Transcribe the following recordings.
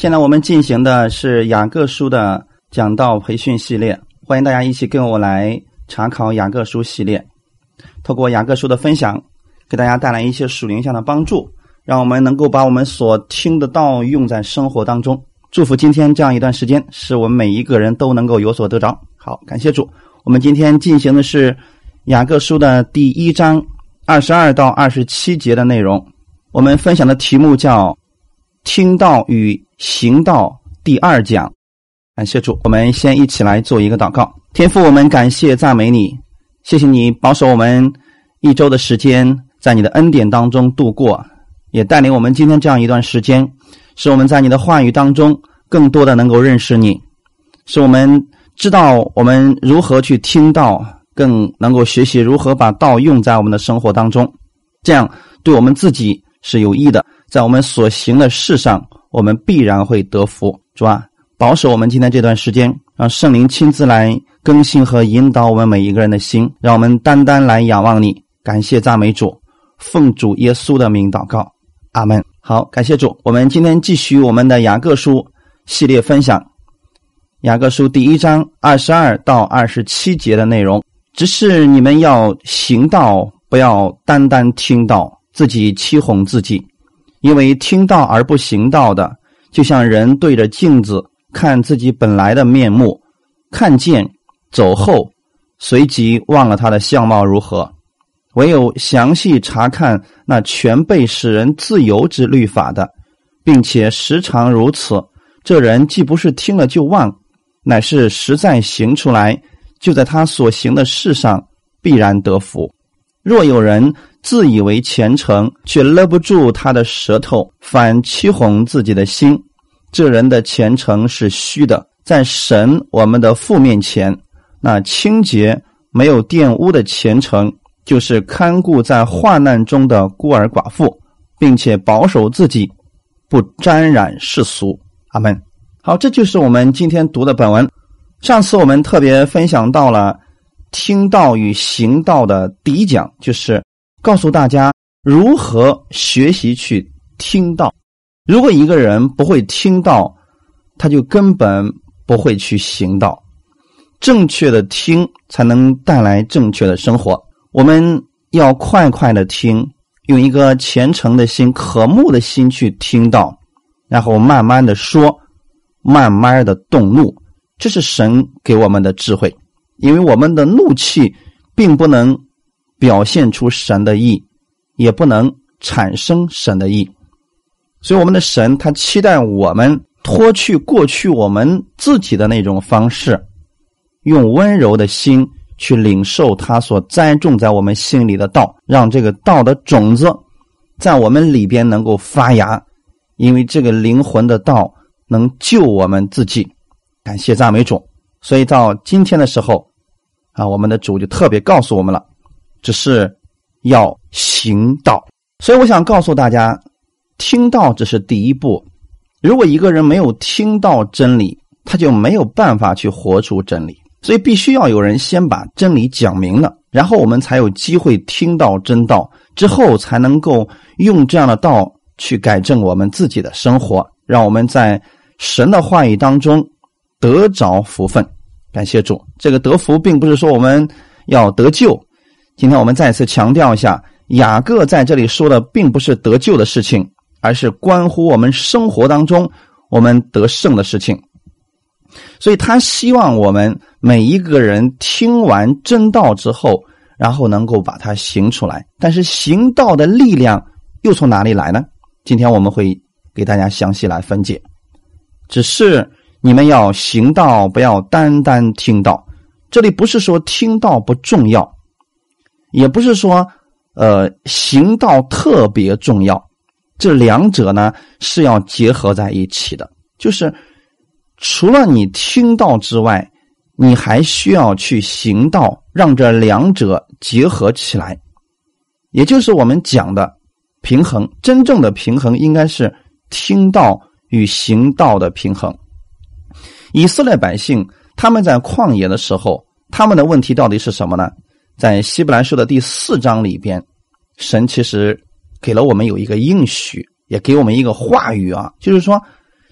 现在我们进行的是雅各书的讲道培训系列，欢迎大家一起跟我来查考雅各书系列，透过雅各书的分享给大家带来一些属灵上的帮助，让我们能够把我们所听的道用在生活当中。祝福今天这样一段时间，使我们每一个人都能够有所得着。好，感谢主。我们今天进行的是雅各书的第1章22到27节的内容。我们分享的题目叫听道与行道第2讲。感谢主，我们先一起来做一个祷告。天父，我们感谢赞美你，谢谢你保守我们一周的时间在你的恩典当中度过，也带领我们今天这样一段时间，使我们在你的话语当中更多的能够认识你，使我们知道我们如何去听道，更能够学习如何把道用在我们的生活当中，这样对我们自己是有益的，在我们所行的事上我们必然会得福。主啊，保守我们今天这段时间，让圣灵亲自来更新和引导我们每一个人的心，让我们单单来仰望你。感谢赞美主，奉主耶稣的名祷告，阿们。好，感谢主。我们今天继续我们的雅各书系列分享，雅各书第1章22到27节的内容。只是你们要行道，不要单单听道，自己欺哄自己。因为听道而不行道的，就像人对着镜子看自己本来的面目，看见走后，随即忘了他的相貌如何。唯有详细查看那全被使人自由之律法的，并且时常如此，这人既不是听了就忘，乃是实在行出来，就在他所行的事上必然得福。若有人自以为虔诚，却勒不住他的舌头，反欺哄自己的心，这人的虔诚是虚的。在神我们的父面前，那清洁没有玷污的虔诚，就是看顾在患难中的孤儿寡妇，并且保守自己不沾染世俗。阿们。好，这就是我们今天读的本文。上次我们特别分享到了听道与行道的第1讲，就是告诉大家如何学习去听道。如果一个人不会听道，他就根本不会去行道。正确的听才能带来正确的生活。我们要快快的听，用一个虔诚的心、渴慕的心去听道，然后慢慢的说，慢慢的动怒。这是神给我们的智慧，因为我们的怒气并不能表现出神的义，也不能产生神的义。所以我们的神他期待我们脱去过去我们自己的那种方式，用温柔的心去领受他所栽种在我们心里的道，让这个道的种子在我们里边能够发芽，因为这个灵魂的道能救我们自己。感谢赞美主。所以到今天的时候我们的主就特别告诉我们了，只是要行道。所以我想告诉大家，听道只是第一步。如果一个人没有听到真理，他就没有办法去活出真理。所以必须要有人先把真理讲明了，然后我们才有机会听到真道，之后才能够用这样的道去改正我们自己的生活，让我们在神的话语当中得着福分。感谢主。这个得福并不是说我们要得救，今天我们再次强调一下，雅各在这里说的并不是得救的事情，而是关乎我们生活当中我们得胜的事情。所以他希望我们每一个人听完真道之后，然后能够把它行出来。但是行道的力量又从哪里来呢？今天我们会给大家详细来分解。只是你们要行道，不要单单听道。这里不是说听道不重要，也不是说行道特别重要，这两者呢是要结合在一起的。就是除了你听道之外，你还需要去行道，让这两者结合起来，也就是我们讲的平衡。真正的平衡应该是听道与行道的平衡。以色列百姓他们在旷野的时候，他们的问题到底是什么呢？在希伯来书的第4章里边，神其实给了我们有一个应许，也给我们一个话语就是说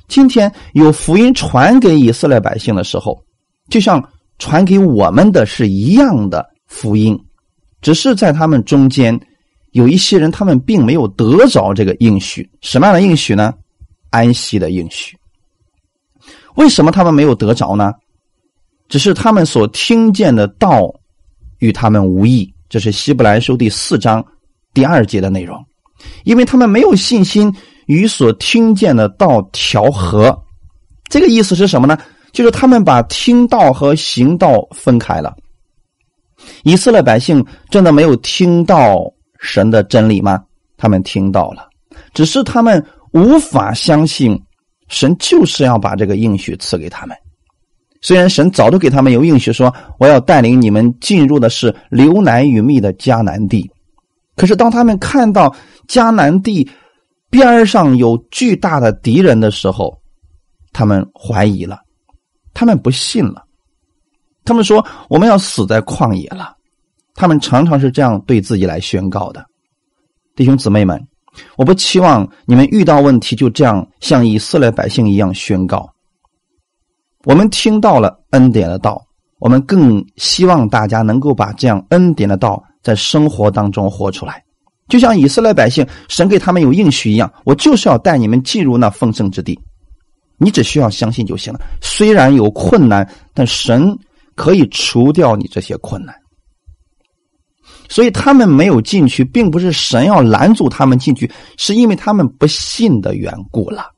今天有福音传给以色列百姓的时候，就像传给我们的是一样的福音，只是在他们中间有一些人他们并没有得着这个应许。什么样的应许呢？安息的应许。为什么他们没有得着呢？只是他们所听见的道与他们无益，这是希伯来书第4章第2节的内容。因为他们没有信心与所听见的道调和。这个意思是什么呢？就是他们把听道和行道分开了。以色列百姓真的没有听到神的真理吗？他们听到了，只是他们无法相信神就是要把这个应许赐给他们。虽然神早都给他们有应许说，我要带领你们进入的是流奶与蜜的迦南地，可是当他们看到迦南地边上有巨大的敌人的时候，他们怀疑了，他们不信了，他们说我们要死在旷野了。他们常常是这样对自己来宣告的。弟兄姊妹们，我不期望你们遇到问题就这样像以色列百姓一样宣告。我们听到了恩典的道，我们更希望大家能够把这样恩典的道在生活当中活出来。就像以色列百姓，神给他们有应许一样，我就是要带你们进入那丰盛之地，你只需要相信就行了。虽然有困难，但神可以除掉你这些困难。所以他们没有进去，并不是神要拦阻他们进去，是因为他们不信的缘故了。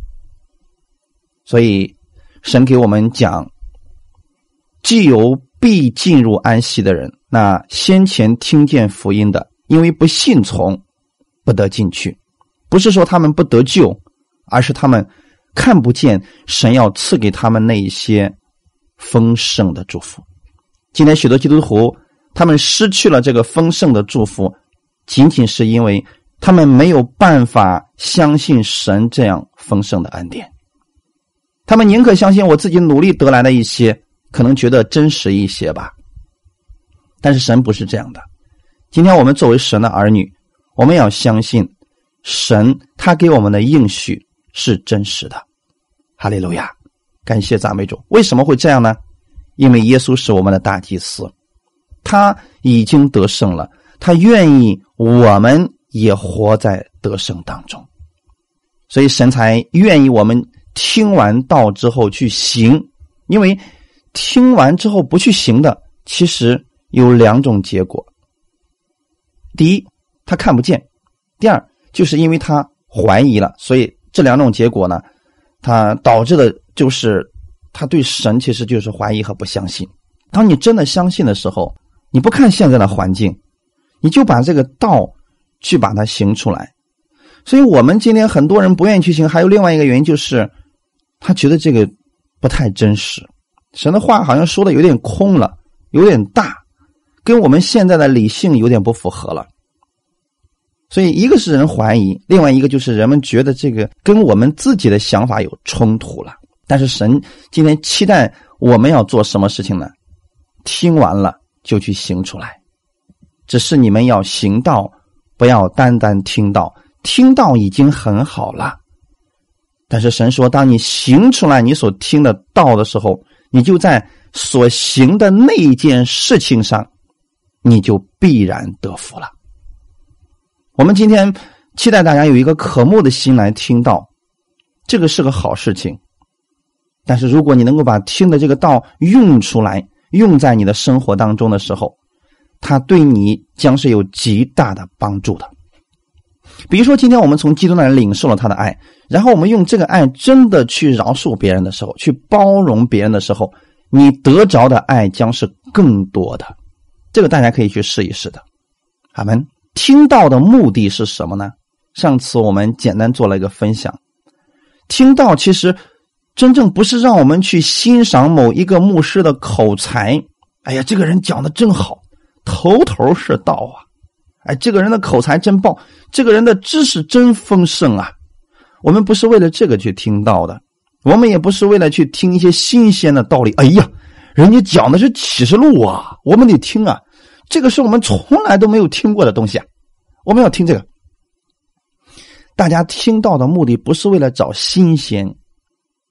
所以神给我们讲，既有必进入安息的人，那先前听见福音的，因为不信从，不得进去。不是说他们不得救，而是他们看不见神要赐给他们那一些丰盛的祝福。今天许多基督徒他们失去了这个丰盛的祝福，仅仅是因为他们没有办法相信神这样丰盛的恩典。他们宁可相信我自己努力得来的一些，可能觉得真实一些吧。但是神不是这样的。今天我们作为神的儿女，我们要相信神他给我们的应许是真实的。哈利路亚，感谢赞美主。为什么会这样呢？因为耶稣是我们的大祭司，他已经得胜了，他愿意我们也活在得胜当中，所以神才愿意我们听完道之后去行。因为听完之后不去行的，其实有2种结果。第一，他看不见；第二，就是因为他怀疑了。所以这2种结果呢，它导致的就是他对神其实就是怀疑和不相信。当你真的相信的时候，你不看现在的环境，你就把这个道去把它行出来。所以我们今天很多人不愿意去行，还有另外一个原因，就是他觉得这个不太真实，神的话好像说的有点空了，有点大，跟我们现在的理性有点不符合了。所以一个是人怀疑，另外一个就是人们觉得这个跟我们自己的想法有冲突了。但是神今天期待我们要做什么事情呢？听完了就去行出来。只是你们要行道，不要单单听道。听道已经很好了，但是神说，当你行出来你所听的道的时候，你就在所行的那一件事情上，你就必然得福了。我们今天期待大家有一个渴慕的心来听道，这个是个好事情。但是如果你能够把听的这个道用出来，用在你的生活当中的时候，它对你将是有极大的帮助的。比如说今天我们从基督那里领受了他的爱，然后我们用这个爱真的去饶恕别人的时候，去包容别人的时候，你得着的爱将是更多的。这个大家可以去试一试的。阿们。听道的目的是什么呢？上次我们简单做了一个分享。听道其实真正不是让我们去欣赏某一个牧师的口才，哎呀，这个人讲的真好，头头是道啊，哎，这个人的口才真棒，这个人的知识真丰盛啊。我们不是为了这个去听道的，我们也不是为了去听一些新鲜的道理。哎呀，人家讲的是启示录啊，我们得听啊，这个是我们从来都没有听过的东西啊，我们要听这个。大家听道的目的不是为了找新鲜，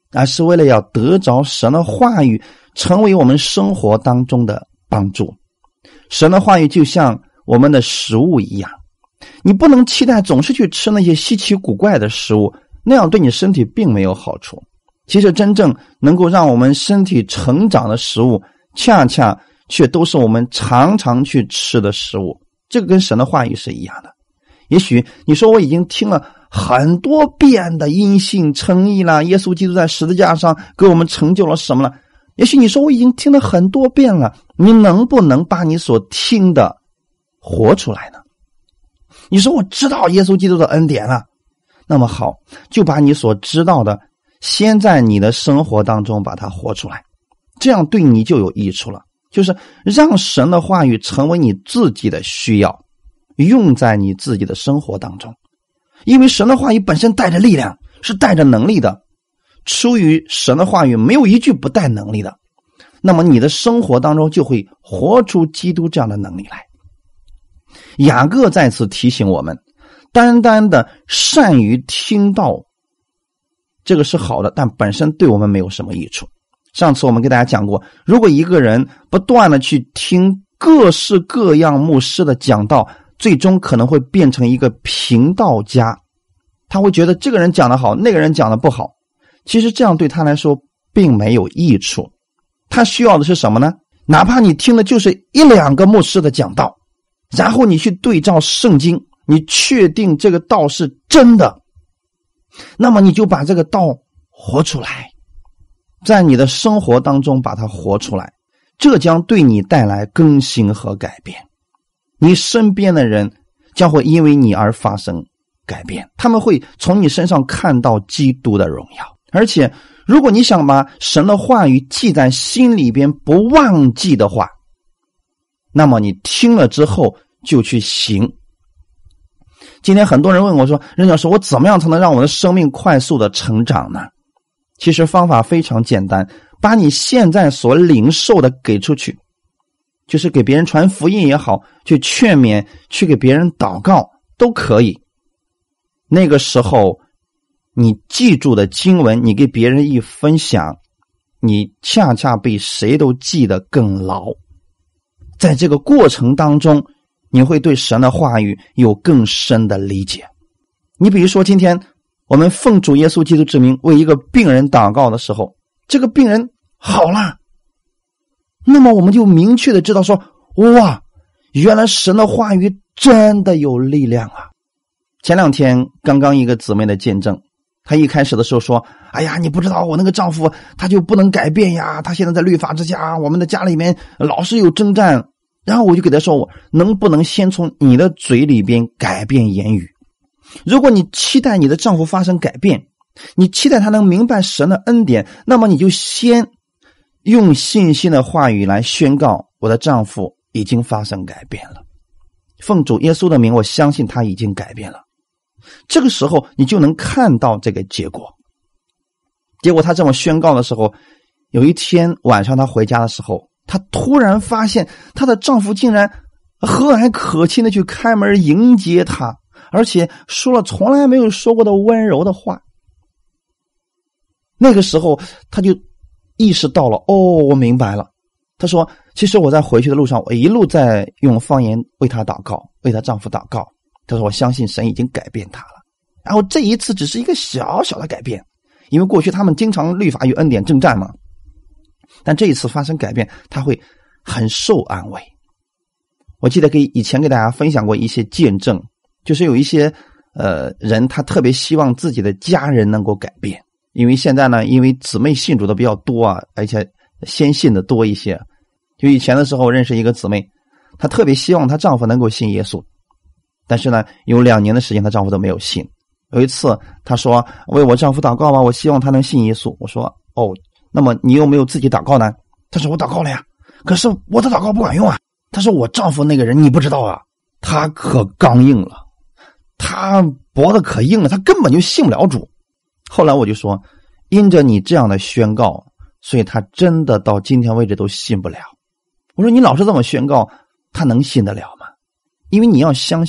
而是为了要得着神的话语，成为我们生活当中的帮助。神的话语就像我们的食物一样，你不能期待总是去吃那些稀奇古怪的食物，那样对你身体并没有好处。其实真正能够让我们身体成长的食物，恰恰却都是我们常常去吃的食物。这个跟神的话语是一样的。也许你说我已经听了很多遍的因信称义了，耶稣基督在十字架上给我们成就了什么了，也许你说我已经听了很多遍了，你能不能把你所听的活出来呢？你说我知道耶稣基督的恩典了，那么好，就把你所知道的先在你的生活当中把它活出来，这样对你就有益处了。就是让神的话语成为你自己的需要，用在你自己的生活当中。因为神的话语本身带着力量，是带着能力的，出于神的话语没有一句不带能力的，那么你的生活当中就会活出基督这样的能力来。雅各再次提醒我们，单单的善于听道，这个是好的，但本身对我们没有什么益处。上次我们给大家讲过，如果一个人不断的去听各式各样牧师的讲道，最终可能会变成一个评道家，他会觉得这个人讲得好，那个人讲得不好。其实这样对他来说并没有益处。他需要的是什么呢？哪怕你听的就是一两个牧师的讲道，然后你去对照圣经，你确定这个道是真的，那么你就把这个道活出来，在你的生活当中把它活出来，这将对你带来更新和改变。你身边的人将会因为你而发生改变，他们会从你身上看到基督的荣耀。而且如果你想把神的话语记在心里边不忘记的话，那么你听了之后就去行。今天很多人问我说，任教师，我怎么样才能让我的生命快速的成长呢？其实方法非常简单，把你现在所领受的给出去，就是给别人传福音也好，去劝勉，去给别人祷告都可以。那个时候你记住的经文，你给别人一分享，你恰恰比谁都记得更牢。在这个过程当中，你会对神的话语有更深的理解。你比如说今天我们奉主耶稣基督之名为一个病人祷告的时候，这个病人好了，那么我们就明确的知道说，哇，原来神的话语真的有力量啊。前两天刚刚一个姊妹的见证，她一开始的时候说，哎呀，你不知道我那个丈夫他就不能改变呀，他现在在律法之下，我们的家里面老是有征战。然后我就给他说，我能不能先从你的嘴里边改变言语？如果你期待你的丈夫发生改变，你期待他能明白神的恩典，那么你就先用信心的话语来宣告，我的丈夫已经发生改变了，奉主耶稣的名，我相信他已经改变了。这个时候你就能看到这个结果。结果他这么宣告的时候，有一天晚上他回家的时候，她突然发现她的丈夫竟然和蔼可亲的去开门迎接她，而且说了从来没有说过的温柔的话。那个时候她就意识到了，我明白了。她说，其实我在回去的路上，我一路在用方言为她祷告，为她丈夫祷告。她说，我相信神已经改变她了。然后这一次只是一个小小的改变，因为过去他们经常律法与恩典征战嘛，但这一次发生改变，他会很受安慰。我记得以前给大家分享过一些见证，就是有一些人他特别希望自己的家人能够改变，因为现在呢，因为姊妹信主的比较多啊，而且先信的多一些。就以前的时候认识一个姊妹，她特别希望她丈夫能够信耶稣，但是呢有2年的时间她丈夫都没有信。有一次她说，为我丈夫祷告吧，我希望他能信耶稣。我说，那么你有没有自己祷告呢？她说，我祷告了呀，可是我的祷告不管用啊。她说，我丈夫那个人你不知道啊，他可刚硬了，他脖子可硬了，他根本就信不了主。后来我就说，因着你这样的宣告，所以他真的到今天为止都信不了。我说，你老是这么宣告，他能信得了吗？因为你要相信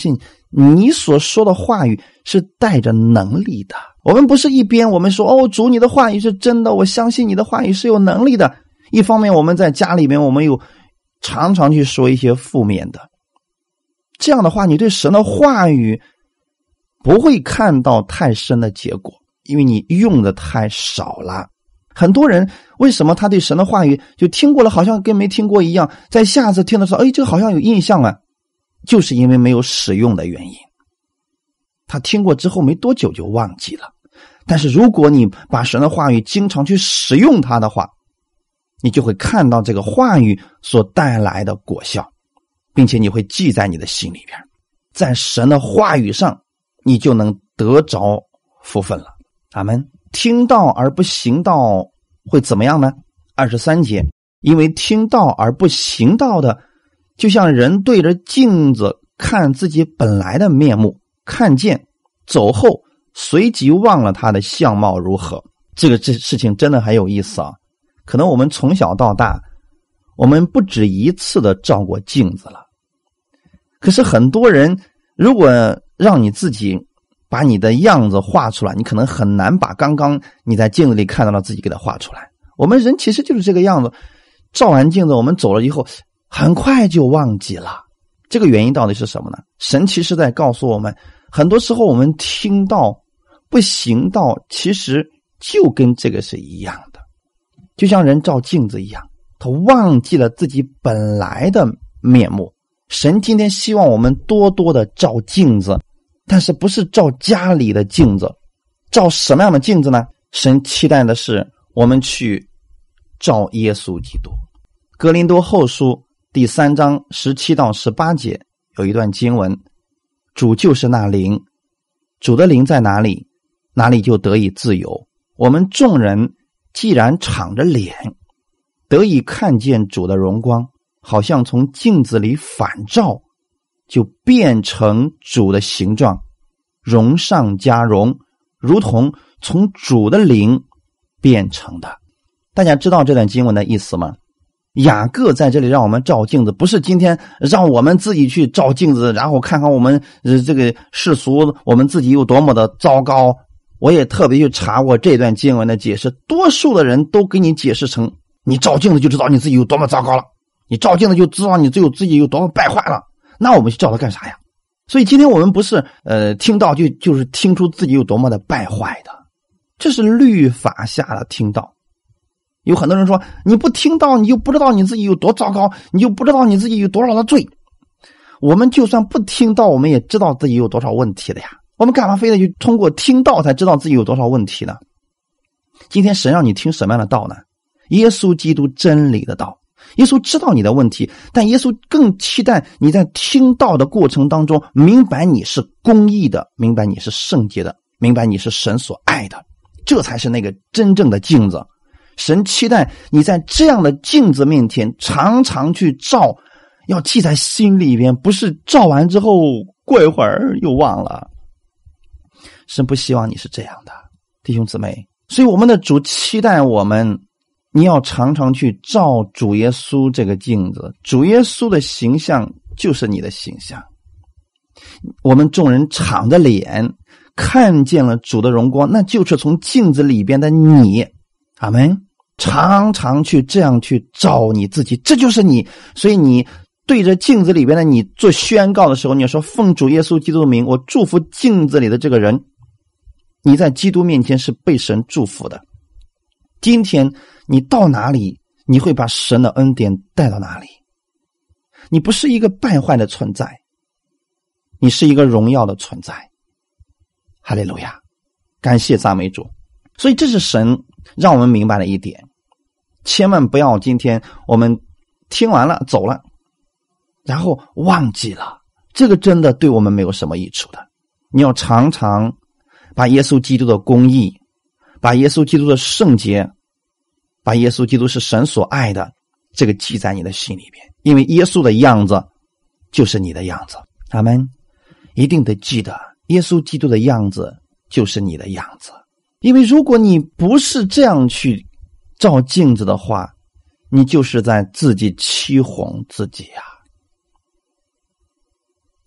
你所说的话语是带着能力的。我们不是一边我们说主你的话语是真的，我相信你的话语是有能力的，一方面我们在家里面我们又常常去说一些负面的，这样的话你对神的话语不会看到太深的结果，因为你用的太少了。很多人为什么他对神的话语就听过了好像跟没听过一样，在下次听的时候这个好像有印象啊，就是因为没有使用的原因。他听过之后没多久就忘记了。但是如果你把神的话语经常去使用它的话，你就会看到这个话语所带来的果效，并且你会记在你的心里边，在神的话语上你就能得着福分了。阿们。听道而不行道会怎么样呢？23节，因为听道而不行道的，就像人对着镜子看自己本来的面目，看见走后随即忘了他的相貌如何。这事情真的很有意思啊！可能我们从小到大我们不止一次的照过镜子了，可是很多人如果让你自己把你的样子画出来，你可能很难把刚刚你在镜子里看到的自己给它画出来。我们人其实就是这个样子，照完镜子我们走了以后很快就忘记了。这个原因到底是什么呢？神其实在告诉我们，很多时候我们听到不行道，其实就跟这个是一样的，就像人照镜子一样，他忘记了自己本来的面目。神今天希望我们多多的照镜子，但是不是照家里的镜子，照什么样的镜子呢？神期待的是我们去照耶稣基督。哥林多后书第3章17到18节有一段经文，主就是那灵，主的灵在哪里，哪里就得以自由。我们众人既然敞着脸得以看见主的荣光，好像从镜子里反照，就变成主的形状，荣上加荣，如同从主的灵变成的。大家知道这段经文的意思吗？雅各在这里让我们照镜子，不是今天让我们自己去照镜子，然后看看我们这个世俗我们自己有多么的糟糕。我也特别去查过这段经文的解释，多数的人都给你解释成你照镜子就知道你自己有多么糟糕了，你照镜子就知道你自己有多么败坏了，那我们去照它干啥呀？所以今天我们不是听到就是听出自己有多么的败坏的，这是律法下的听到。有很多人说你不听到你就不知道你自己有多糟糕，你就不知道你自己有多少的罪。我们就算不听到我们也知道自己有多少问题的呀，我们干嘛非得去通过听到才知道自己有多少问题呢？今天神让你听什么样的道呢？耶稣基督真理的道。耶稣知道你的问题，但耶稣更期待你在听道的过程当中明白你是公义的，明白你是圣洁的，明白你是神所爱的，这才是那个真正的镜子。神期待你在这样的镜子面前常常去照，要记在心里边，不是照完之后过一会儿又忘了。神不希望你是这样的，弟兄姊妹。所以我们的主期待我们，你要常常去照主耶稣这个镜子，主耶稣的形象就是你的形象。我们众人敞着脸看见了主的荣光，那就是从镜子里边的你。阿们。常常去这样去照你自己，这就是你。所以你对着镜子里边的你做宣告的时候，你要说奉主耶稣基督的名，我祝福镜子里的这个人。你在基督面前是被神祝福的。今天你到哪里，你会把神的恩典带到哪里。你不是一个败坏的存在，你是一个荣耀的存在。哈利路亚，感谢赞美主。所以这是神让我们明白了一点，千万不要今天我们听完了走了然后忘记了，这个真的对我们没有什么益处的。你要常常把耶稣基督的公义，把耶稣基督的圣洁，把耶稣基督是神所爱的，这个记在你的心里边，因为耶稣的样子就是你的样子。阿们。一定得记得耶稣基督的样子就是你的样子。因为如果你不是这样去照镜子的话，你就是在自己欺哄自己呀。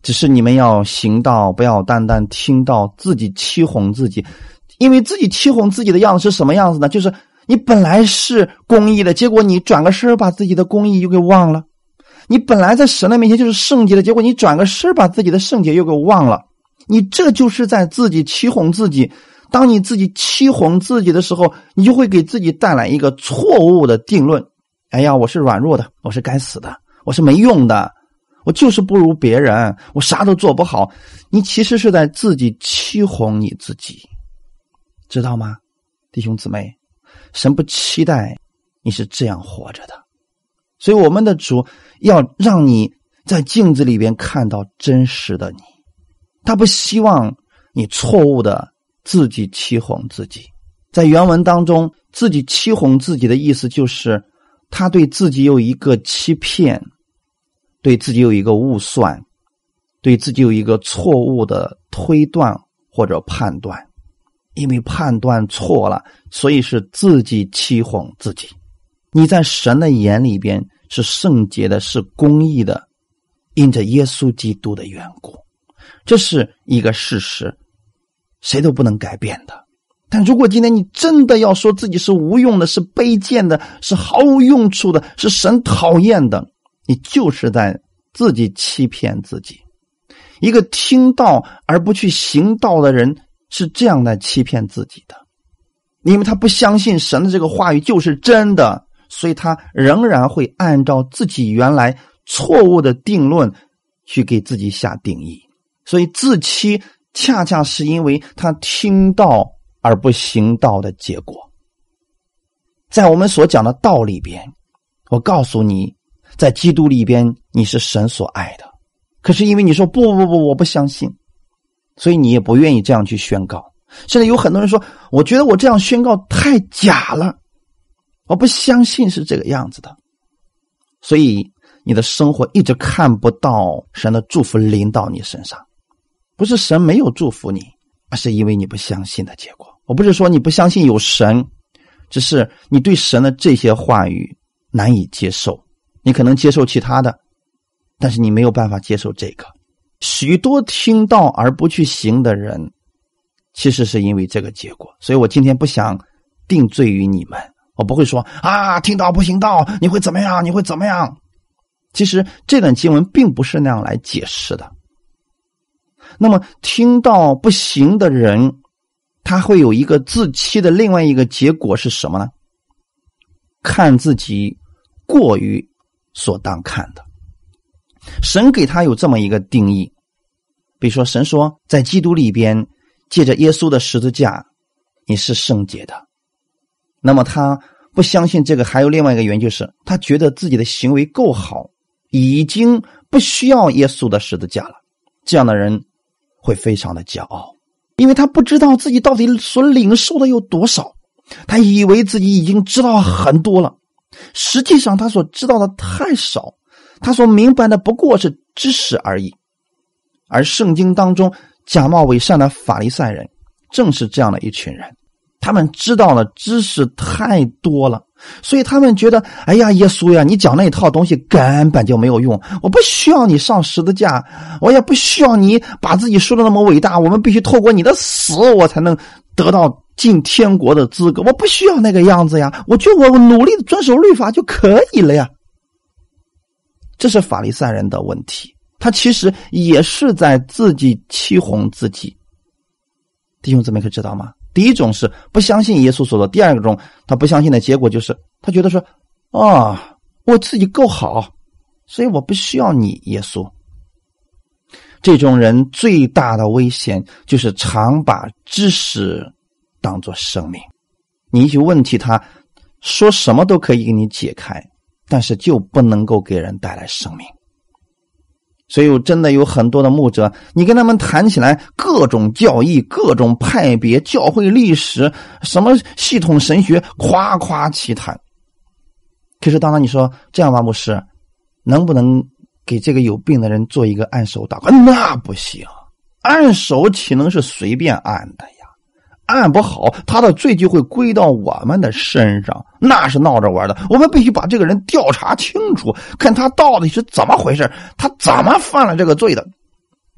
只是你们要行道，不要单单听到，自己欺哄自己。因为自己欺哄自己的样子是什么样子呢？就是你本来是公义的，结果你转个身把自己的公义又给忘了。你本来在神的面前就是圣洁的，结果你转个身把自己的圣洁又给忘了。你这就是在自己欺哄自己。当你自己欺哄自己的时候，你就会给自己带来一个错误的定论。哎呀，我是软弱的，我是该死的，我是没用的，我就是不如别人，我啥都做不好。你其实是在自己欺哄你自己，知道吗？弟兄姊妹，神不期待你是这样活着的。所以我们的主要让你在镜子里边看到真实的你，他不希望你错误的自己欺哄自己。在原文当中，自己欺哄自己的意思就是他对自己有一个欺骗，对自己有一个误算，对自己有一个错误的推断或者判断。因为判断错了，所以是自己欺哄自己。你在神的眼里边是圣洁的，是公义的，因着耶稣基督的缘故，这是一个事实，谁都不能改变的。但如果今天你真的要说自己是无用的，是卑贱的，是毫无用处的，是神讨厌的，你就是在自己欺骗自己。一个听道而不去行道的人是这样来欺骗自己的，因为他不相信神的这个话语就是真的，所以他仍然会按照自己原来错误的定论去给自己下定义。所以自欺恰恰是因为他听道而不行道的结果。在我们所讲的道里边，我告诉你，在基督里边你是神所爱的，可是因为你说不，我不相信，所以你也不愿意这样去宣告。甚至有很多人说，我觉得我这样宣告太假了，我不相信是这个样子的。所以你的生活一直看不到神的祝福临到你身上，不是神没有祝福你，而是因为你不相信的结果。我不是说你不相信有神，只是你对神的这些话语难以接受。你可能接受其他的，但是你没有办法接受这个。许多听道而不去行的人，其实是因为这个结果。所以我今天不想定罪于你们，我不会说听道不行道你会怎么样，你会怎么样。其实这段经文并不是那样来解释的。那么听道不行的人，他会有一个自欺的另外一个结果是什么呢？看自己过于所当看的。神给他有这么一个定义，比如说神说在基督里边借着耶稣的十字架你是圣洁的。那么他不相信这个还有另外一个原因，就是他觉得自己的行为够好，已经不需要耶稣的十字架了。这样的人会非常的骄傲，因为他不知道自己到底所领受的有多少，他以为自己已经知道很多了，实际上他所知道的太少，他所明白的不过是知识而已。而圣经当中假冒伪善的法利赛人正是这样的一群人，他们知道了知识太多了，所以他们觉得哎呀，耶稣呀，你讲那一套东西根本就没有用，我不需要你上十字架，我也不需要你把自己说的那么伟大，我们必须透过你的死我才能得到进天国的资格，我不需要那个样子呀，我觉得我努力的遵守律法就可以了呀。这是法利赛人的问题，他其实也是在自己欺哄自己。弟兄姊妹可知道吗？第一种是不相信耶稣所说，第二种他不相信的结果就是他觉得说我自己够好，所以我不需要你耶稣。这种人最大的危险就是常把知识当作生命，你去问题他说什么都可以给你解开，但是就不能够给人带来生命。所以我真的有很多的牧者，你跟他们谈起来各种教义，各种派别，教会历史，什么系统神学，夸夸其谈。可是当然你说这样吧，牧师能不能给这个有病的人做一个按手祷告？那不行，按手岂能是随便按的呀？按不好他的罪就会归到我们的身上，那是闹着玩的。我们必须把这个人调查清楚，看他到底是怎么回事，他怎么犯了这个罪的。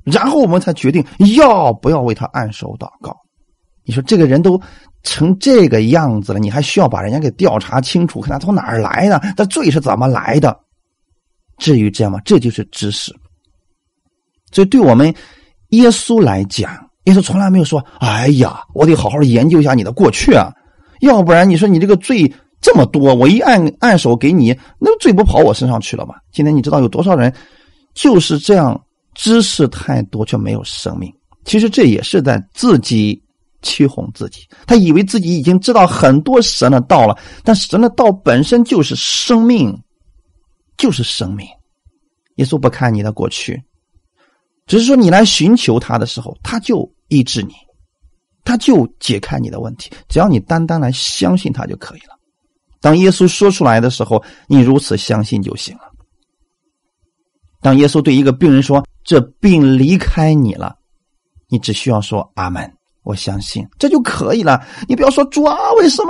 然后我们才决定要不要为他按手祷告。你说这个人都成这个样子了，你还需要把人家给调查清楚，看他从哪儿来的，他罪是怎么来的？至于这样吗？这就是知识。所以对我们耶稣来讲，耶稣从来没有说哎呀我得好好研究一下你的过去啊，要不然你说你这个罪这么多，我一按手给你，那罪不跑我身上去了吗？今天你知道有多少人就是这样，知识太多却没有生命。其实这也是在自己欺哄自己，他以为自己已经知道很多神的道了，但神的道本身就是生命，就是生命。耶稣不看你的过去，只是说你来寻求他的时候，他就医治你，他就解开你的问题，只要你单单来相信他就可以了。当耶稣说出来的时候，你如此相信就行了。当耶稣对一个病人说这病离开你了，你只需要说阿们，我相信，这就可以了。你不要说主啊为什么，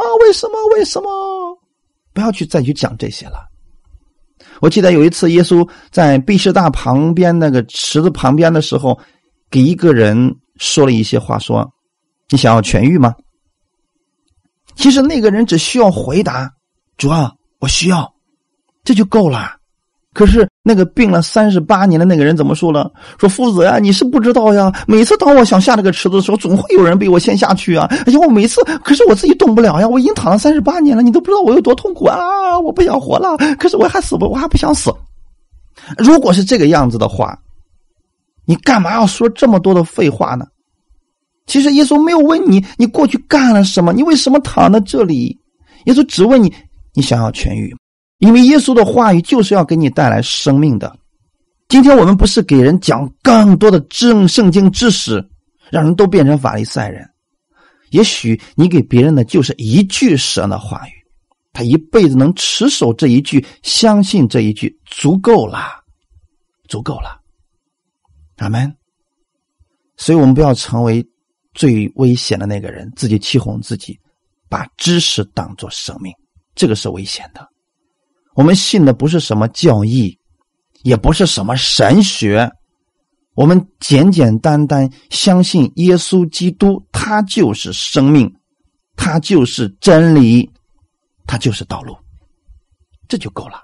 不要再去讲这些了。我记得有一次耶稣在毕士大旁边那个池子旁边的时候，给一个人说了一些话，说你想要痊愈吗？其实那个人只需要回答主啊我需要，这就够了。可是那个病了38年的那个人怎么说了？说夫子呀，你是不知道呀，每次当我想下这个池子的时候，总会有人被我先下去啊，而且我每次可是我自己动不了呀，我已经躺了38年了，你都不知道我有多痛苦啊，我不想活了，可是我还不想死。如果是这个样子的话，你干嘛要说这么多的废话呢？其实耶稣没有问你你过去干了什么，你为什么躺在这里，耶稣只问你你想要痊愈。因为耶稣的话语就是要给你带来生命的。今天我们不是给人讲更多的圣经知识，让人都变成法利赛人。也许你给别人的就是一句神的话语，他一辈子能持守这一句，相信这一句，足够了，足够了。阿们。所以我们不要成为最危险的那个人，自己欺哄自己，把知识当作生命，这个是危险的。我们信的不是什么教义，也不是什么神学，我们简简单单相信耶稣基督，他就是生命，他就是真理，他就是道路，这就够了。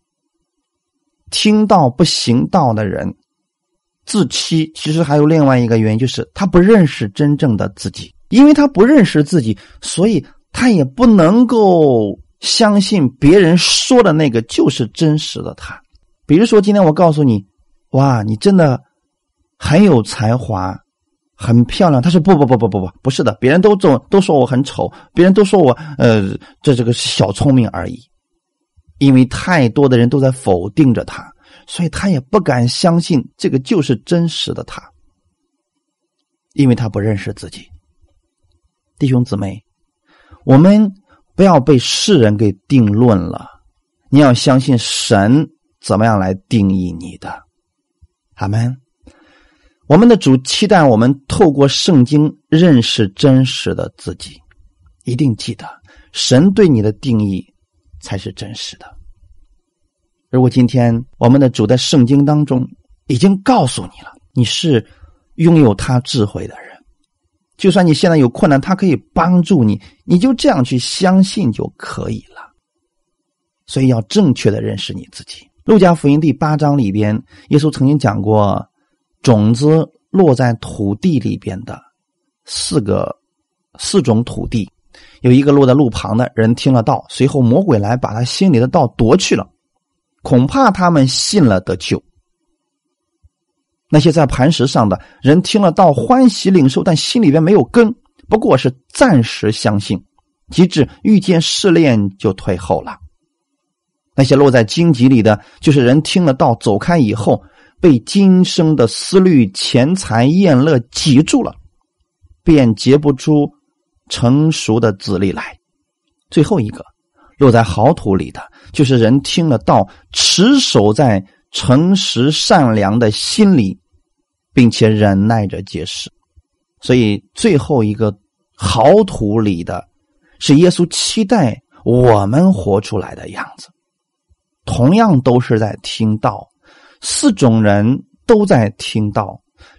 听道不行道的人自欺，其实还有另外一个原因，就是他不认识真正的自己。因为他不认识自己，所以他也不能够相信别人说的那个就是真实的他。比如说今天我告诉你，哇，你真的很有才华，很漂亮。他说不是的，别人都说我很丑，别人都说我这个小聪明而已。因为太多的人都在否定着他，所以他也不敢相信这个就是真实的他，因为他不认识自己。弟兄姊妹，我们不要被世人给定论了，你要相信神怎么样来定义你的。阿们。我们的主期待我们透过圣经认识真实的自己，一定记得神对你的定义才是真实的。如果今天我们的主在圣经当中已经告诉你了，你是拥有他智慧的人，就算你现在有困难，他可以帮助你，你就这样去相信就可以了。所以要正确的认识你自己。路加福音第8章里边，耶稣曾经讲过种子落在土地里边的四种土地，有一个落在路旁的，人听了道，随后魔鬼来把他心里的道夺去了，恐怕他们信了得救。那些在磐石上的人听了道，欢喜领受，但心里边没有根，不过是暂时相信，及至遇见试炼就退后了。那些落在荆棘里的，就是人听了道走开以后，被今生的思虑、钱财、宴乐挤住了，便结不出成熟的子粒来。最后一个落在好土里的，就是人听了道持守在诚实善良的心里，并且忍耐着结实。所以最后一个好土里的，是耶稣期待我们活出来的样子。同样都是在听道，4种人都在听道，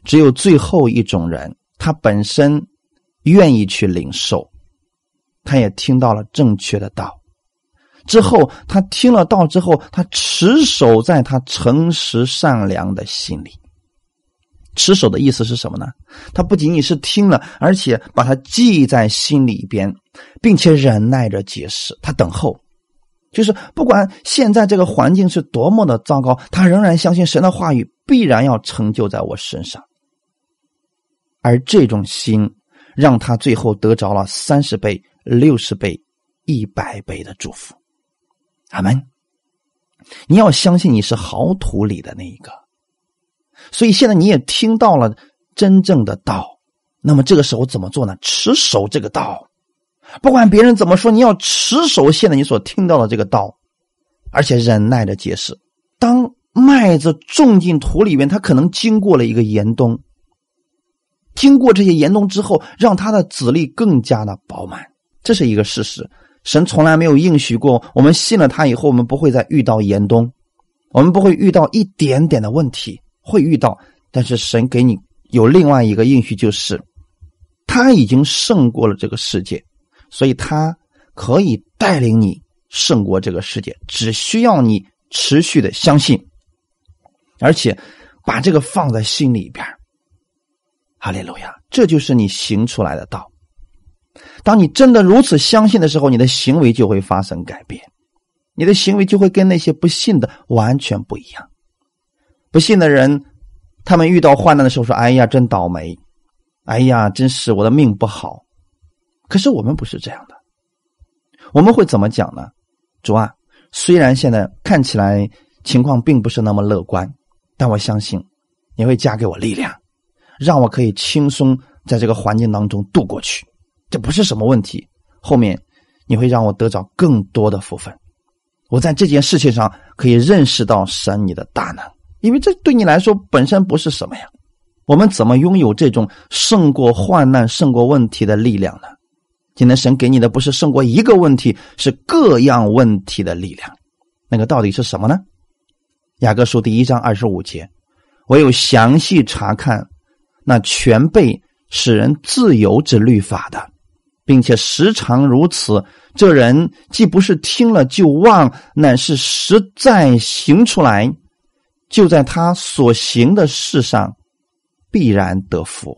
只有最后一种人，他本身愿意去领受，他也听到了正确的道。之后他听了道之后，他持守在他诚实善良的心里。持守的意思是什么呢？他不仅仅是听了，而且把它记在心里边，并且忍耐着解释。他等候，就是不管现在这个环境是多么的糟糕，他仍然相信神的话语必然要成就在我身上。而这种心让他最后得着了30倍、60倍、100倍的祝福。阿们。你要相信你是好土里的那一个，所以现在你也听到了真正的道，那么这个时候怎么做呢？持守这个道，不管别人怎么说，你要持守现在你所听到的这个道，而且忍耐的解释。当麦子种进土里面，它可能经过了一个严冬，经过这些严冬之后，让它的籽粒更加的饱满，这是一个事实。神从来没有应许过我们信了他以后，我们不会再遇到严冬，我们不会遇到一点点的问题，会遇到，但是神给你有另外一个应许，就是他已经胜过了这个世界，所以他可以带领你胜过这个世界，只需要你持续的相信，而且把这个放在心里边。哈利路亚，这就是你行出来的道。当你真的如此相信的时候，你的行为就会发生改变，你的行为就会跟那些不信的完全不一样。不信的人，他们遇到患难的时候说，哎呀真倒霉，哎呀真是我的命不好。可是我们不是这样的，我们会怎么讲呢？主啊，虽然现在看起来情况并不是那么乐观，但我相信你会加给我力量，让我可以轻松在这个环境当中度过去，这不是什么问题，后面你会让我得着更多的福分，我在这件事情上可以认识到神你的大能，因为这对你来说本身不是什么呀。我们怎么拥有这种胜过患难胜过问题的力量呢？今天神给你的不是胜过一个问题，是各样问题的力量。那个到底是什么呢？雅各书第1章25节，唯有详细查看那全被使人自由之律法的，并且时常如此，这人既不是听了就忘，乃是实在行出来，就在他所行的事上必然得福。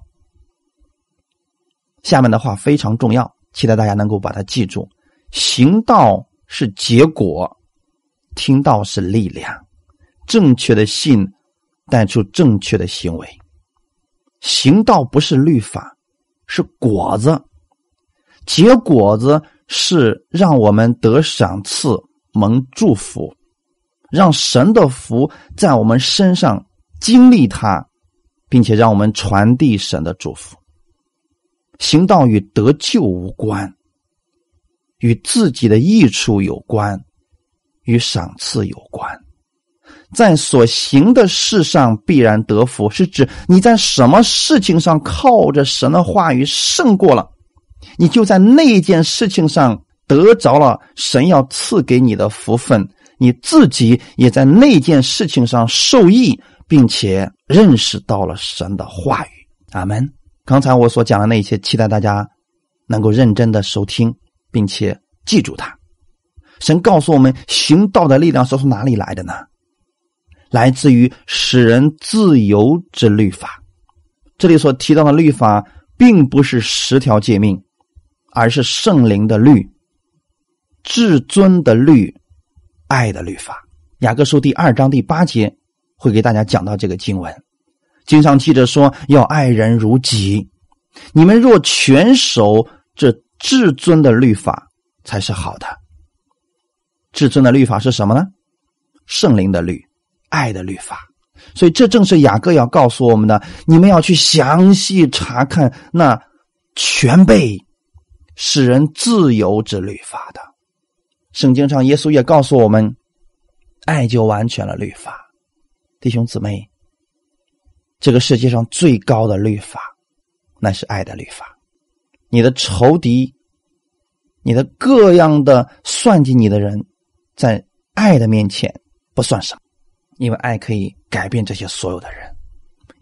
下面的话非常重要，期待大家能够把它记住。行道是结果，听道是力量，正确的信带出正确的行为。行道不是律法，是果子，结果子是让我们得赏赐蒙祝福，让神的福在我们身上经历它，并且让我们传递神的祝福。行道与得救无关，与自己的益处有关，与赏赐有关。在所行的事上必然得福，是指你在什么事情上靠着神的话语胜过了，你就在那件事情上得着了神要赐给你的福分，你自己也在那件事情上受益，并且认识到了神的话语。阿们。刚才我所讲的那些，期待大家能够认真的收听，并且记住它。神告诉我们，行道的力量是从哪里来的呢？来自于使人自由之律法。这里所提到的律法并不是10条诫命，而是圣灵的律，至尊的律，爱的律法。雅各书第2章第8节会给大家讲到这个经文。经上记着说，要爱人如己，你们若全守这至尊的律法才是好的。至尊的律法是什么呢？圣灵的律，爱的律法。所以这正是雅各要告诉我们的，你们要去详细查看那全被使人自由之律法的。圣经上耶稣也告诉我们，爱就完全了律法。弟兄姊妹，这个世界上最高的律法那是爱的律法。你的仇敌，你的各样的算计你的人，在爱的面前不算什么，因为爱可以改变这些所有的人，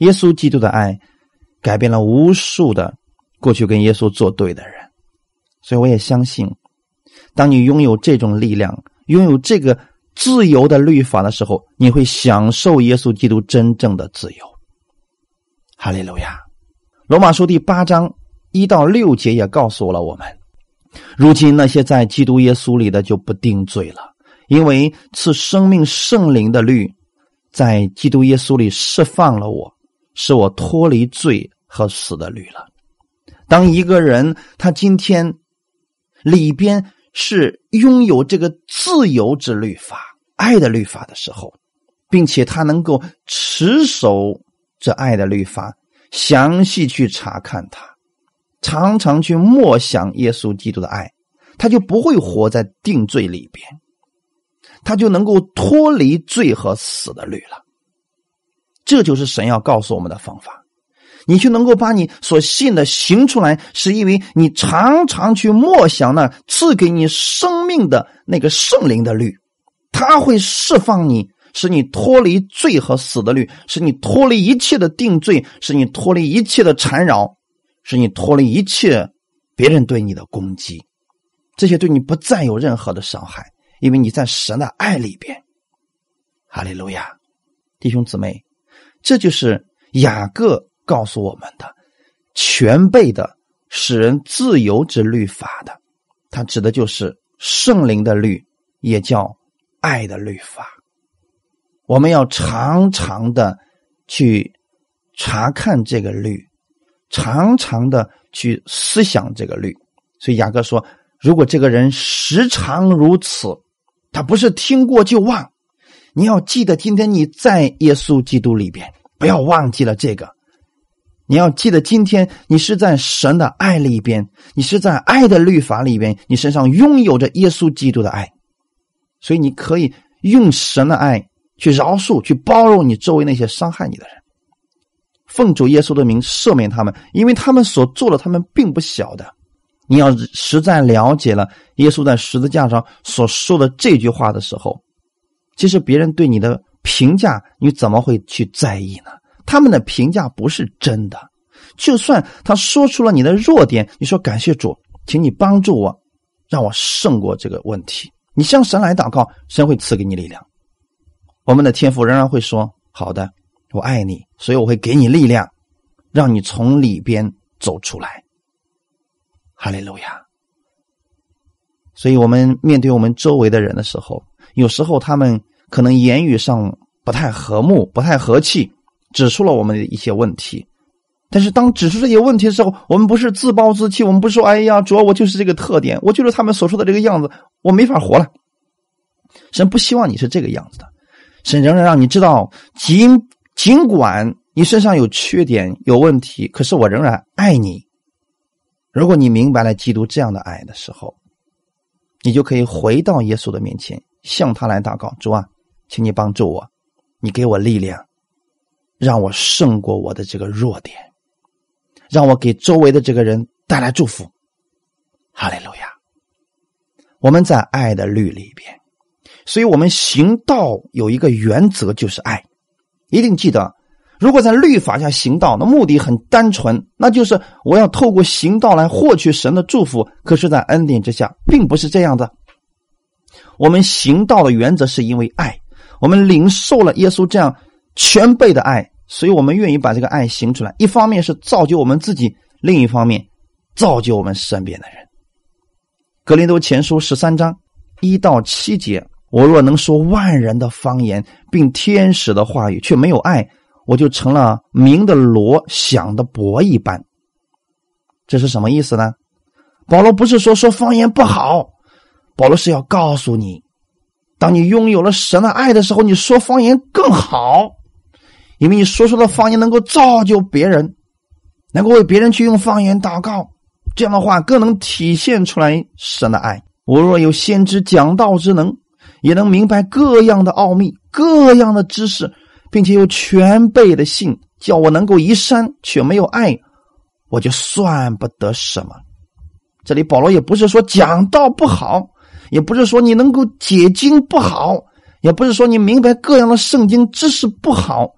耶稣基督的爱改变了无数的过去跟耶稣作对的人。所以我也相信，当你拥有这种力量，拥有这个自由的律法的时候，你会享受耶稣基督真正的自由。哈利路亚。罗马书第8章1到6节也告诉了我们，如今那些在基督耶稣里的就不定罪了，因为赐生命圣灵的律在基督耶稣里释放了我，使我脱离罪和死的律了。当一个人他今天里边是拥有这个自由之律法，爱的律法的时候，并且他能够持守这爱的律法，详细去查看它，常常去默想耶稣基督的爱，他就不会活在定罪里边，他就能够脱离罪和死的律了。这就是神要告诉我们的方法。你就能够把你所信的行出来，是因为你常常去默想那赐给你生命的那个圣灵的律，他会释放你，使你脱离罪和死的律，使你脱离一切的定罪，使你脱离一切的缠绕，使你脱离一切别人对你的攻击，这些对你不再有任何的伤害，因为你在神的爱里边。哈利路亚。弟兄姊妹，这就是雅各告诉我们的全备的使人自由之律法的，它指的就是圣灵的律，也叫爱的律法。我们要常常的去查看这个律，常常的去思想这个律。所以雅各说，如果这个人时常如此，他不是听过就忘，你要记得今天你在耶稣基督里边，不要忘记了这个。你要记得今天你是在神的爱里边，你是在爱的律法里边，你身上拥有着耶稣基督的爱，所以你可以用神的爱去饶恕，去包容你周围那些伤害你的人，奉主耶稣的名赦免他们，因为他们所做的他们并不晓得。你要实在了解了耶稣在十字架上所说的这句话的时候，其实别人对你的评价你怎么会去在意呢？他们的评价不是真的，就算他说出了你的弱点，你说感谢主，请你帮助我，让我胜过这个问题，你向神来祷告，神会赐给你力量。我们的天父仍然会说，好的，我爱你，所以我会给你力量，让你从里边走出来。哈利路亚。所以我们面对我们周围的人的时候，有时候他们可能言语上不太和睦，不太和气，指出了我们的一些问题，但是当指出这些问题的时候，我们不是自暴自弃，我们不是说哎呀主要我就是这个特点，我就是他们所说的这个样子，我没法活了。神不希望你是这个样子的，神仍然让你知道，尽管你身上有缺点有问题，可是我仍然爱你。如果你明白了基督这样的爱的时候，你就可以回到耶稣的面前，向他来祷告，主啊，请你帮助我，你给我力量，让我胜过我的这个弱点，让我给周围的这个人带来祝福。哈利路亚。我们在爱的律里边，所以我们行道有一个原则，就是爱。一定记得，如果在律法下行道，那目的很单纯，那就是我要透过行道来获取神的祝福，可是在恩典之下并不是这样的。我们行道的原则是因为爱，我们领受了耶稣这样全备的爱，所以我们愿意把这个爱行出来，一方面是造就我们自己，另一方面造就我们身边的人。哥林多前书13章1到7节，我若能说万人的方言，并天使的话语，却没有爱，我就成了鸣的锣，响的钹一般。这是什么意思呢？保罗不是说方言不好，保罗是要告诉你，当你拥有了神的爱的时候，你说方言更好，因为你说出的方言能够造就别人，能够为别人去用方言祷告，这样的话更能体现出来神的爱。我若有先知讲道之能，也能明白各样的奥秘，各样的知识，并且有全备的信，叫我能够移山，却没有爱，我就算不得什么。这里保罗也不是说讲道不好，也不是说你能够解经不好，也不是说你明白各样的圣经知识不好，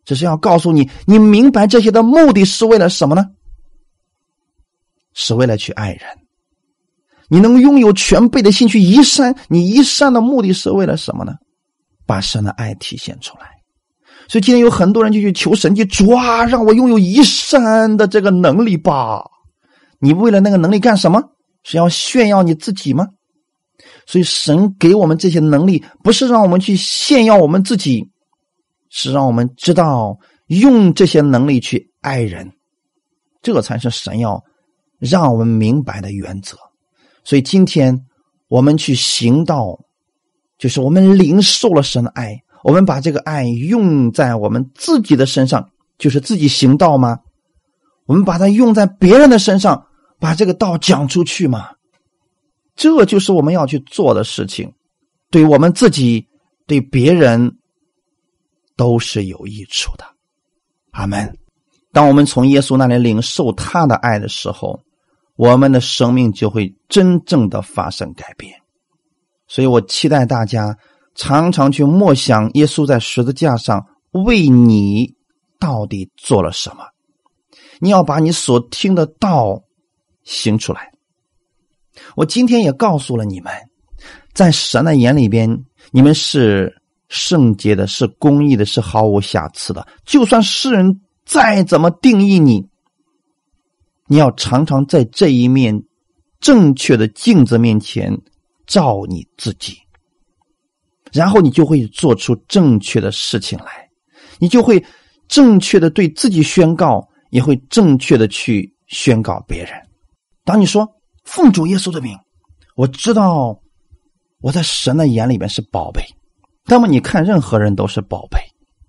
只是要告诉你，你明白这些的目的是为了什么呢？是为了去爱人。你能拥有全备的心去移山，你移山的目的是为了什么呢？把神的爱体现出来。所以今天有很多人就去求神迹，主啊，让我拥有移山的这个能力吧。你为了那个能力干什么？是要炫耀你自己吗？所以神给我们这些能力，不是让我们去炫耀我们自己，是让我们知道用这些能力去爱人，这才是神要让我们明白的原则。所以今天我们去行道，就是我们领受了神的爱，我们把这个爱用在我们自己的身上，就是自己行道吗？我们把它用在别人的身上，把这个道讲出去吗？这就是我们要去做的事情，对我们自己对别人都是有益处的。阿们。当我们从耶稣那里领受他的爱的时候，我们的生命就会真正的发生改变。所以我期待大家常常去默想耶稣在十字架上为你到底做了什么，你要把你所听的道行出来。我今天也告诉了你们，在神的眼里边，你们是圣洁的，是公义的，是毫无瑕疵的。就算世人再怎么定义你，你要常常在这一面正确的镜子面前照你自己，然后你就会做出正确的事情来，你就会正确的对自己宣告，也会正确的去宣告别人。当你说奉主耶稣的名，我知道我在神的眼里边是宝贝，那么你看任何人都是宝贝。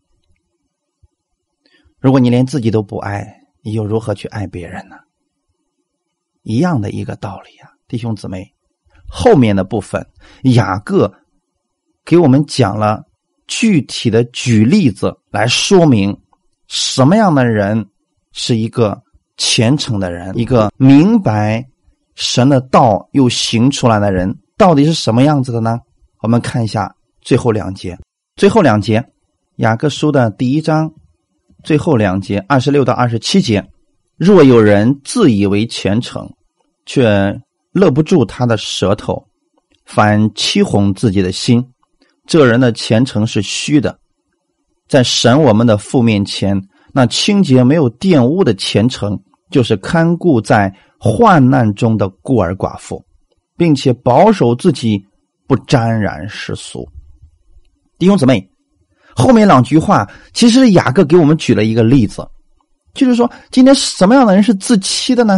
如果你连自己都不爱，你又如何去爱别人呢？一样的一个道理啊，弟兄姊妹，后面的部分雅各给我们讲了具体的举例子来说明什么样的人是一个虔诚的人，一个明白神的道又行出来的人到底是什么样子的呢？我们看一下最后两节，雅各书的第1章最后2节26到27节，若有人自以为虔诚，却勒不住他的舌头，反欺哄自己的心，这人的虔诚是虚的。在神我们的父面前，那清洁没有玷污的虔诚，就是看顾在患难中的孤儿寡妇，并且保守自己不沾染世俗。弟兄姊妹，后面2句话其实雅各给我们举了一个例子，就是说今天什么样的人是自欺的呢？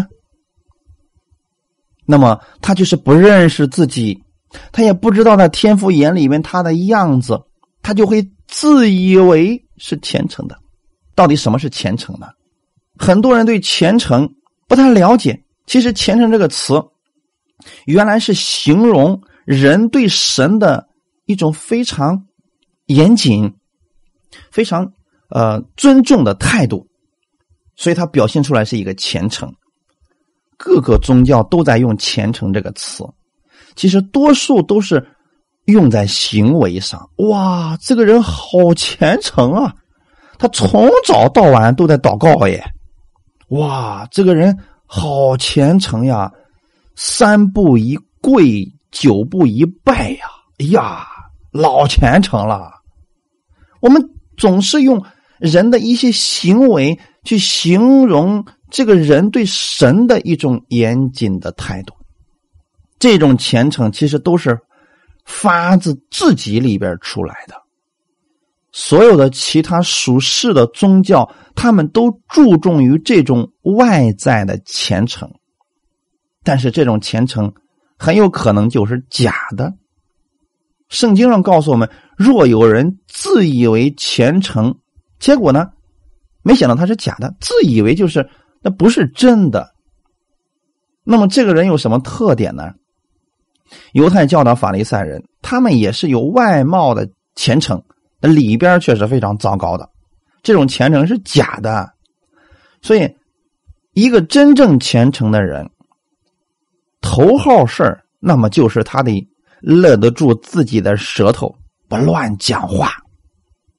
那么他就是不认识自己，他也不知道在天父眼里面他的样子，他就会自以为是虔诚的。到底什么是虔诚呢？很多人对虔诚不太了解，其实虔诚这个词原来是形容人对神的一种非常严谨、非常尊重的态度，所以它表现出来是一个虔诚。各个宗教都在用虔诚这个词，其实多数都是用在行为上。哇，这个人好跪诚啊，他从早到晚都在祷告耶。哇，这个人好虔诚呀，3步一跪9步一拜呀，哎呀，老虔诚了。我们总是用人的一些行为去形容这个人对神的一种严谨的态度，这种虔诚其实都是发自自己里边出来的。所有的其他属世的宗教，他们都注重于这种外在的虔诚，但是这种虔诚很有可能就是假的。圣经上告诉我们，若有人自以为虔诚，结果呢，没想到他是假的，自以为就是那不是真的。那么这个人有什么特点呢？犹太教的法利赛人，他们也是有外貌的虔诚，里边却是非常糟糕的，这种虔诚是假的。所以一个真正虔诚的人，头号事儿，那么就是他得勒得住自己的舌头，不乱讲话。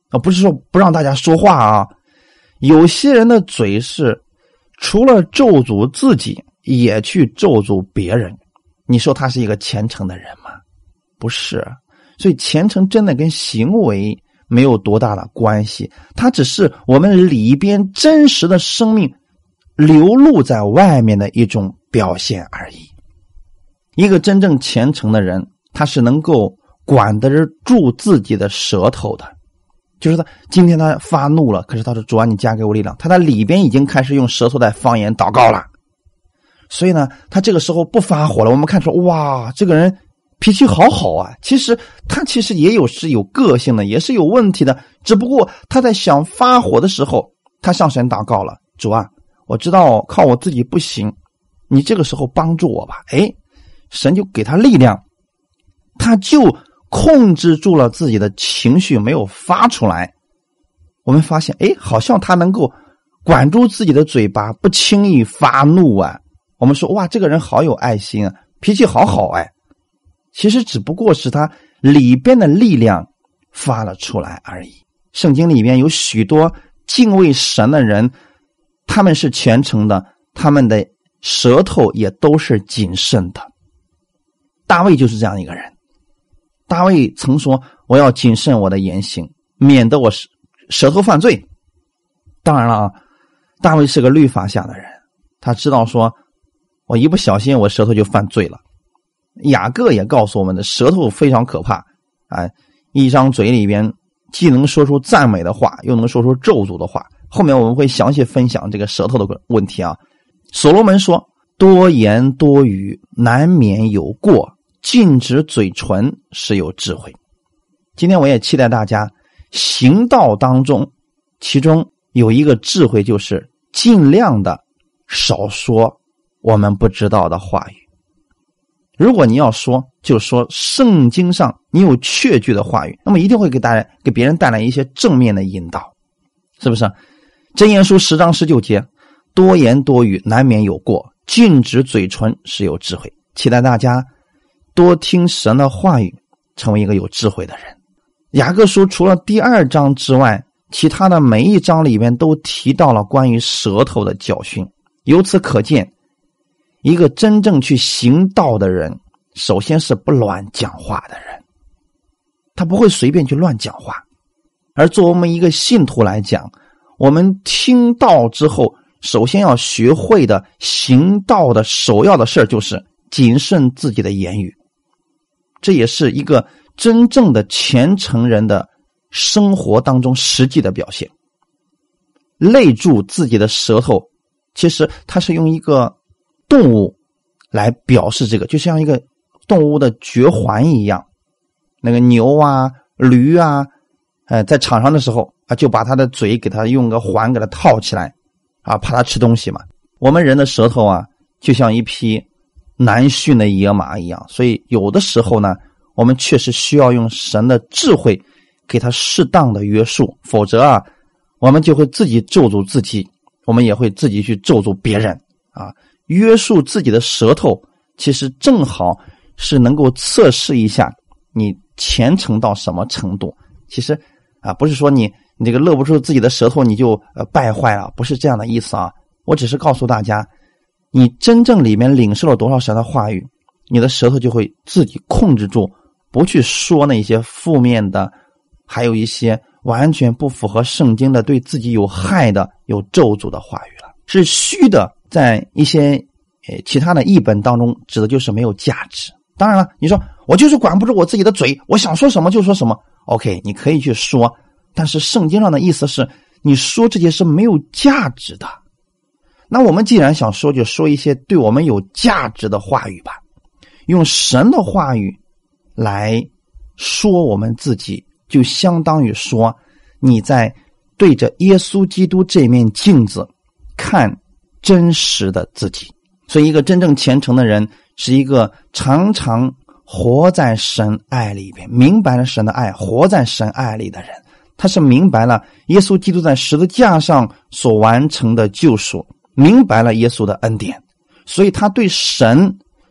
不是说不让大家说话啊，有些人的嘴是除了咒诅自己也去咒诅别人，你说他是一个虔诚的人吗？不是。所以虔诚真的跟行为没有多大的关系，它只是我们里边真实的生命流露在外面的一种表现而已。一个真正虔诚的人，他是能够管得住自己的舌头的，就是他今天他发怒了，可是他说主啊，你加给我力量，他在里边已经开始用舌头在方言祷告了。所以呢，他这个时候不发火了，我们看出哇，这个人脾气好好啊，其实他也是有个性的，也是有问题的，只不过他在想发火的时候，他向神祷告了，主啊，我知道靠我自己不行，你这个时候帮助我吧。神就给他力量，他就控制住了自己的情绪，没有发出来。我们发现好像他能够管住自己的嘴巴，不轻易发怒啊。我们说哇，这个人好有爱心啊，脾气好好其实只不过是他里边的力量发了出来而已。圣经里面有许多敬畏神的人，他们是虔诚的，他们的舌头也都是谨慎的。大卫就是这样一个人，大卫曾说我要谨慎我的言行，免得我舌头犯罪。当然了大卫是个律法下的人，他知道说我一不小心我舌头就犯罪了。雅各也告诉我们的舌头非常可怕一张嘴里边既能说出赞美的话，又能说出咒诅的话。后面我们会详细分享这个舌头的问题啊。所罗门说，多言多语难免有过，禁止嘴唇是有智慧。今天我也期待大家行道当中，其中有一个智慧，就是尽量的少说我们不知道的话语。如果你要说，就说圣经上你有确据的话语，那么一定会给别人带来一些正面的引导，是不是？箴言书10章19节，多言多语难免有过，禁止嘴唇是有智慧。期待大家多听神的话语，成为一个有智慧的人。雅各书除了第2章之外，其他的每一章里面都提到了关于舌头的教训。由此可见，一个真正去行道的人，首先是不乱讲话的人，他不会随便去乱讲话。而作为我们一个信徒来讲，我们听道之后，首先要学会的行道的首要的事就是谨慎自己的言语。这也是一个真正的虔诚人的生活当中实际的表现。勒住自己的舌头，其实它是用一个动物来表示这个，就像一个动物的绝环一样。那个牛啊驴啊在场上的时候就把它的嘴给它用个环给它套起来怕它吃东西嘛。我们人的舌头就像一匹难驯的野马一样，所以有的时候呢，我们确实需要用神的智慧给它适当的约束，否则我们就会自己咒诅自己，我们也会自己去咒诅别人约束自己的舌头，其实正好是能够测试一下你虔诚到什么程度。其实不是说你这个勒不住自己的舌头你就败坏了，不是这样的意思我只是告诉大家，你真正里面领受了多少神的话语，你的舌头就会自己控制住，不去说那些负面的，还有一些完全不符合圣经的，对自己有害的，有咒诅的话语了。是虚的，在一些其他的译本当中指的就是没有价值。当然了，你说我就是管不住我自己的嘴，我想说什么就说什么， OK， 你可以去说，但是圣经上的意思是你说这些是没有价值的。那我们既然想说，就说一些对我们有价值的话语吧，用神的话语来说我们自己，就相当于说你在对着耶稣基督这面镜子看真实的自己。所以一个真正虔诚的人是一个常常活在神爱里边，明白了神的爱，活在神爱里的人，他是明白了耶稣基督在十字架上所完成的救赎，明白了耶稣的恩典，所以他对神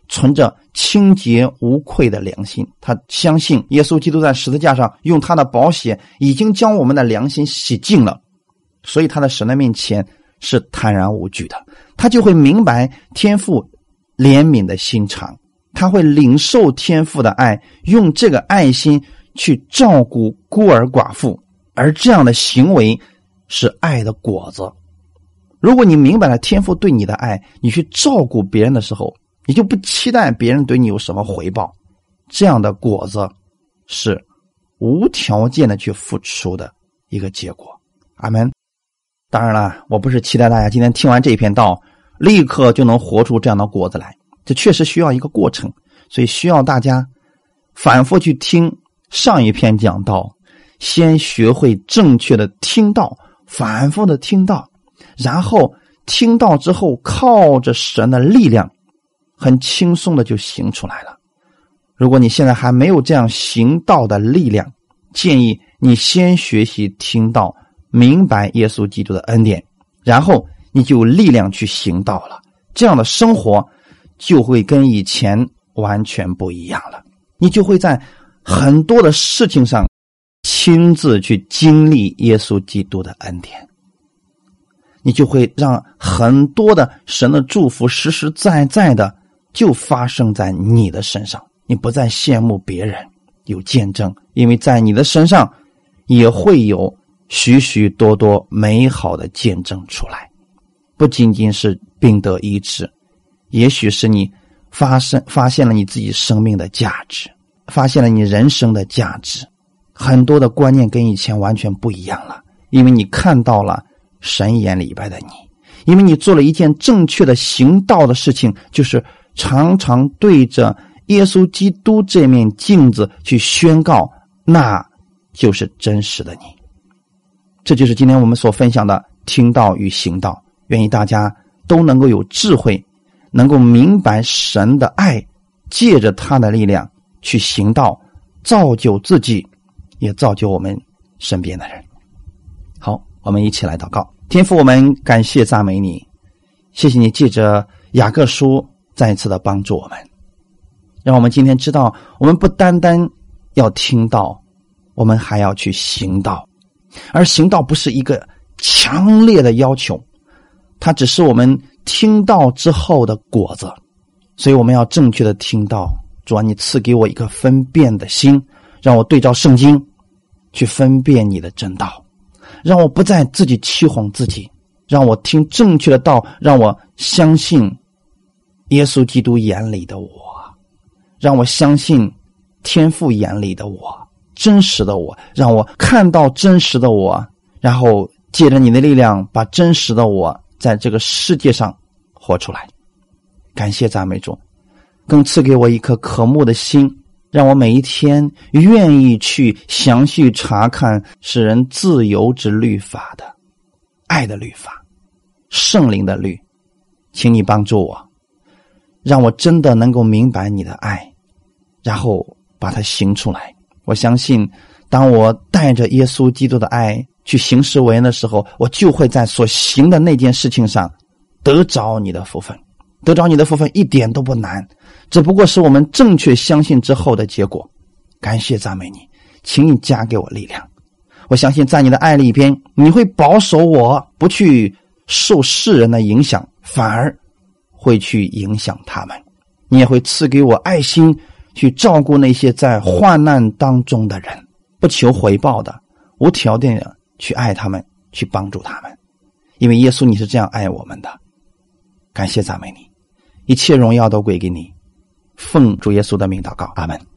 存着清洁无愧的良心，他相信耶稣基督在十字架上用他的宝血已经将我们的良心洗净了，所以他在神的面前是坦然无惧的。他就会明白天父怜悯的心肠，他会领受天父的爱，用这个爱心去照顾孤儿寡妇，而这样的行为是爱的果子。如果你明白了天父对你的爱，你去照顾别人的时候，你就不期待别人对你有什么回报，这样的果子是无条件的去付出的一个结果。阿们。当然了，我不是期待大家今天听完这一篇道立刻就能活出这样的果子来，这确实需要一个过程，所以需要大家反复去听上一篇讲道，先学会正确的听道，反复的听道，然后听到之后靠着神的力量很轻松的就行出来了。如果你现在还没有这样行道的力量，建议你先学习听道，明白耶稣基督的恩典，然后你就有力量去行道了，这样的生活就会跟以前完全不一样了。你就会在很多的事情上亲自去经历耶稣基督的恩典，你就会让很多的神的祝福实实在在的就发生在你的身上。你不再羡慕别人有见证，因为在你的身上也会有许许多多美好的见证出来。不仅仅是病得医治，也许是你发现了你自己生命的价值，发现了你人生的价值，很多的观念跟以前完全不一样了，因为你看到了神眼里边的你，因为你做了一件正确的行道的事情，就是常常对着耶稣基督这面镜子去宣告，那就是真实的你。这就是今天我们所分享的听道与行道，愿意大家都能够有智慧，能够明白神的爱，借着他的力量去行道，造就自己，也造就我们身边的人。好，我们一起来祷告。天父，我们感谢赞美你，谢谢你借着雅各书再一次的帮助我们，让我们今天知道，我们不单单要听道，我们还要去行道。而行道不是一个强烈的要求，它只是我们听道之后的果子，所以我们要正确的听道。主啊，你赐给我一个分辨的心，让我对照圣经去分辨你的真道，让我不再自己欺哄自己，让我听正确的道，让我相信耶稣基督眼里的我，让我相信天父眼里的我，真实的我，让我看到真实的我，然后借着你的力量把真实的我在这个世界上活出来。感谢赞美主，更赐给我一颗渴慕的心，让我每一天愿意去详细查看使人自由之律法的爱的律法，圣灵的律。请你帮助我，让我真的能够明白你的爱，然后把它行出来。我相信当我带着耶稣基督的爱去行事为人的时候，我就会在所行的那件事情上得着你的福分。得着你的福分一点都不难，只不过是我们正确相信之后的结果。感谢赞美你，请你加给我力量。我相信在你的爱里边，你会保守我不去受世人的影响，反而会去影响他们。你也会赐给我爱心，去照顾那些在患难当中的人，不求回报的，无条件的去爱他们，去帮助他们。因为耶稣你是这样爱我们的。感谢赞美你，一切荣耀都归给你，奉主耶稣的名祷告，阿们。